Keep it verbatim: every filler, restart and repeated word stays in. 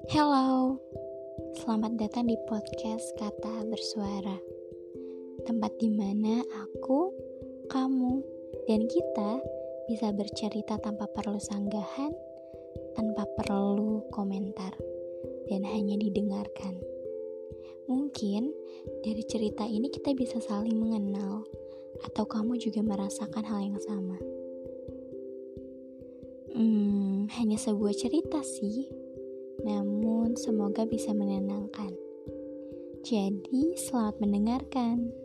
Hello, selamat datang di podcast Kata Bersuara. Tempat di mana aku, kamu, dan kita bisa bercerita tanpa perlu sanggahan, tanpa perlu komentar, dan hanya didengarkan. Mungkin dari cerita ini kita bisa saling mengenal, atau kamu juga merasakan hal yang sama. Hmm, hanya sebuah cerita sih, namun semoga bisa menenangkan. Jadi, selamat mendengarkan.